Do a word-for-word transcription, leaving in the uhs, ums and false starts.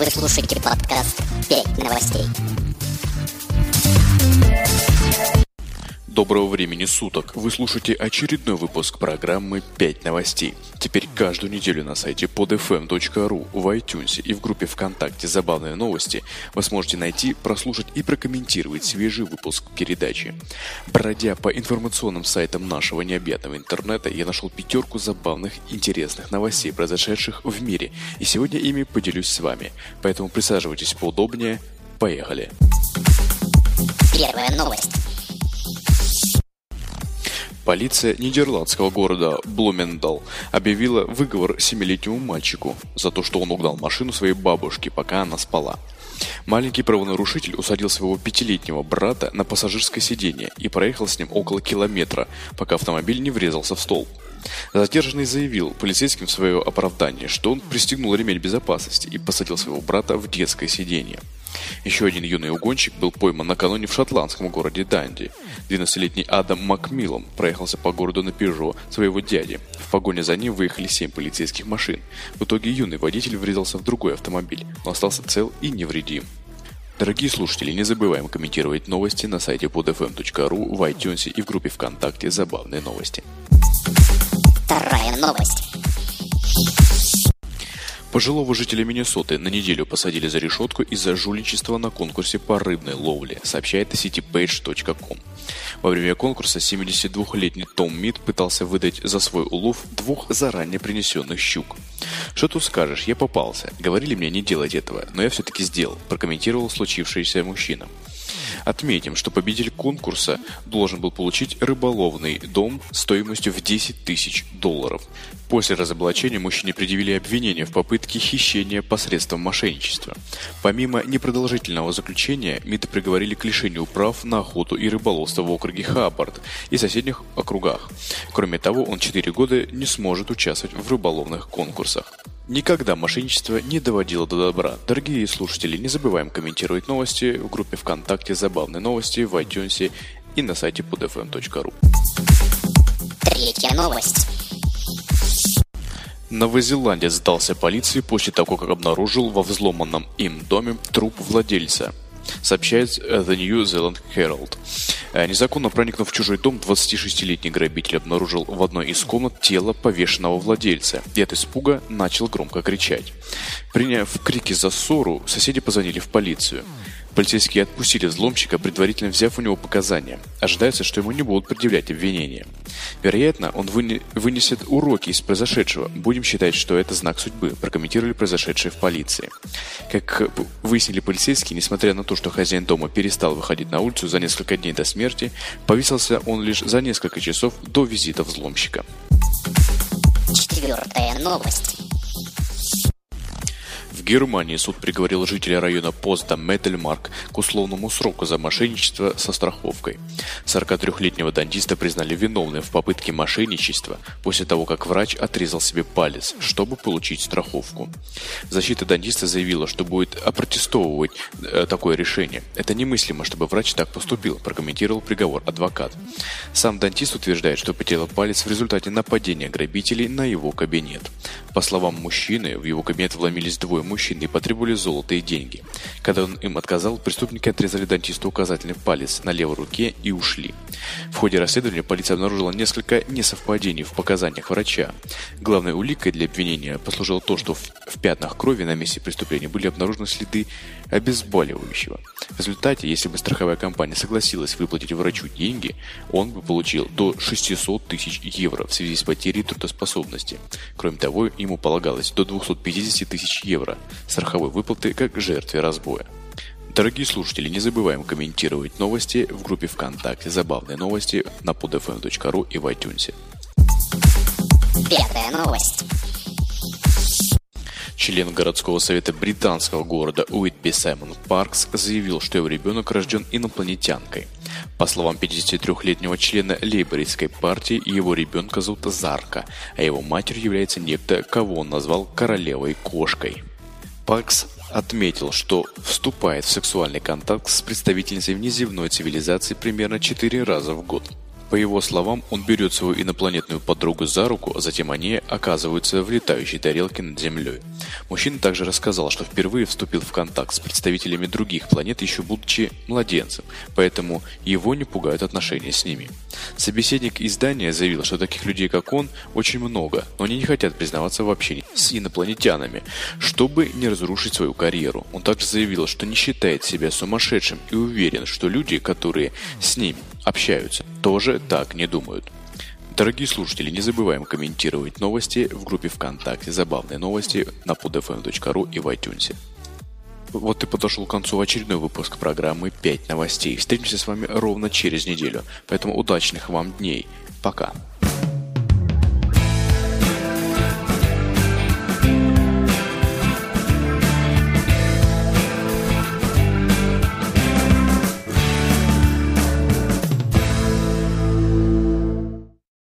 Вы слушаете подкаст «пять новостей». Доброго времени суток! Вы слушаете очередной выпуск программы «пять новостей». Теперь каждую неделю на сайте под эф эм точка ру, в iTunes и в группе ВКонтакте «Забавные новости» вы сможете найти, прослушать и прокомментировать свежий выпуск передачи. Бродя по информационным сайтам нашего необъятного интернета, я нашел пятерку забавных, интересных новостей, произошедших в мире, и сегодня ими поделюсь с вами. Поэтому присаживайтесь поудобнее. Поехали! Первая новость. Полиция нидерландского города Блумендал объявила выговор семилетнему мальчику за то, что он угнал машину своей бабушки, пока она спала. Маленький правонарушитель усадил своего пятилетнего брата на пассажирское сиденье и проехал с ним около километра, пока автомобиль не врезался в столб. Задержанный заявил полицейским в свое оправдание, что он пристегнул ремень безопасности и посадил своего брата в детское сиденье. Еще один юный угонщик был пойман накануне в шотландском городе Данди. двенадцатилетний Адам Макмиллан проехался по городу на Пежо своего дяди. В погоне за ним выехали семь полицейских машин. В итоге юный водитель врезался в другой автомобиль, но остался цел и невредим. Дорогие слушатели, не забываем комментировать новости на сайте под эф эм точка ру, в iTunes и в группе ВКонтакте «Забавные новости». Вторая новость. Пожилого жителя Миннесоты на неделю посадили за решетку из-за жульничества на конкурсе по рыбной ловле, сообщает сити пейдж точка ком. Во время конкурса семидесятидвухлетний Том Мид пытался выдать за свой улов двух заранее принесенных щук. «Что тут скажешь, я попался. Говорили мне не делать этого, но я все-таки сделал», прокомментировал случившееся мужчина. Отметим, что победитель конкурса должен был получить рыболовный дом стоимостью в десять тысяч долларов. После разоблачения мужчине предъявили обвинение в попытке хищения посредством мошенничества. Помимо непродолжительного заключения, Мида приговорили к лишению прав на охоту и рыболовство в округе Хаббард и соседних округах. Кроме того, он четыре года не сможет участвовать в рыболовных конкурсах. Никогда мошенничество не доводило до добра. Дорогие слушатели, не забываем комментировать новости в группе ВКонтакте «Забавные новости», в iTunes и на сайте под эф эм точка ру. Третья новость. Новозеландец сдался полиции после того, как обнаружил во взломанном им доме труп владельца, сообщает The New Zealand Herald. Незаконно проникнув в чужой дом, двадцатишестилетний грабитель обнаружил в одной из комнат тело повешенного владельца и от испуга начал громко кричать. Приняв крики за ссору, соседи позвонили в полицию. Полицейские отпустили взломщика, предварительно взяв у него показания. Ожидается, что ему не будут предъявлять обвинения. Вероятно, он выне- вынесет уроки из произошедшего. Будем считать, что это знак судьбы, прокомментировали произошедшее в полиции. Как выяснили полицейские, несмотря на то, что хозяин дома перестал выходить на улицу за несколько дней до смерти, повесился он лишь за несколько часов до визита взломщика. Четвертая новость. В Германии суд приговорил жителя района Постдам-Метельмарк к условному сроку за мошенничество со страховкой. сорокатрёхлетнего дантиста признали виновным в попытке мошенничества после того, как врач отрезал себе палец, чтобы получить страховку. Защита дантиста заявила, что будет опротестовывать э, такое решение. Это немыслимо, чтобы врач так поступил, прокомментировал приговор адвокат. Сам дантист утверждает, что потерял палец в результате нападения грабителей на его кабинет. По словам мужчины, в его кабинет вломились двое мужчин и потребовали золото и деньги. Когда он им отказал, преступники отрезали дантисту указательный палец на левой руке и ушли. В ходе расследования полиция обнаружила несколько несовпадений в показаниях врача. Главной уликой для обвинения послужило то, что в, в пятнах крови на месте преступления были обнаружены следы обезболивающего. В результате, если бы страховая компания согласилась выплатить врачу деньги, он бы получил до шестисот тысяч евро в связи с потерей трудоспособности. Кроме того, ему полагалось до двухсот пятидесяти тысяч евро страховой выплаты как жертве разбоя. Дорогие слушатели, не забываем комментировать новости в группе ВКонтакте «Забавные новости» на под эф эм точка ру и в iTunes. Пятая новость. Член городского совета британского города Уитби Саймон Паркс заявил, что его ребенок рожден инопланетянкой. По словам пятидесятитрёхлетнего члена лейбористской партии, его ребенка зовут Зарка, а его матерью является некто, кого он назвал королевой-кошкой. Паркс отметил, что вступает в сексуальный контакт с представительницей внеземной цивилизации примерно четыре раза в год. По его словам, он берет свою инопланетную подругу за руку, а затем они оказываются в летающей тарелке над Землей. Мужчина также рассказал, что впервые вступил в контакт с представителями других планет, еще будучи младенцем, поэтому его не пугают отношения с ними. Собеседник издания заявил, что таких людей, как он, очень много, но они не хотят признаваться в общении с инопланетянами, чтобы не разрушить свою карьеру. Он также заявил, что не считает себя сумасшедшим и уверен, что люди, которые с ним общаются, тоже так не думают. Дорогие слушатели, не забываем комментировать новости в группе ВКонтакте «Забавные новости» на под эф эм точка ру и в iTunes. Вот и подошел к концу очередной выпуск программы «пять новостей». Встретимся с вами ровно через неделю, поэтому удачных вам дней. Пока.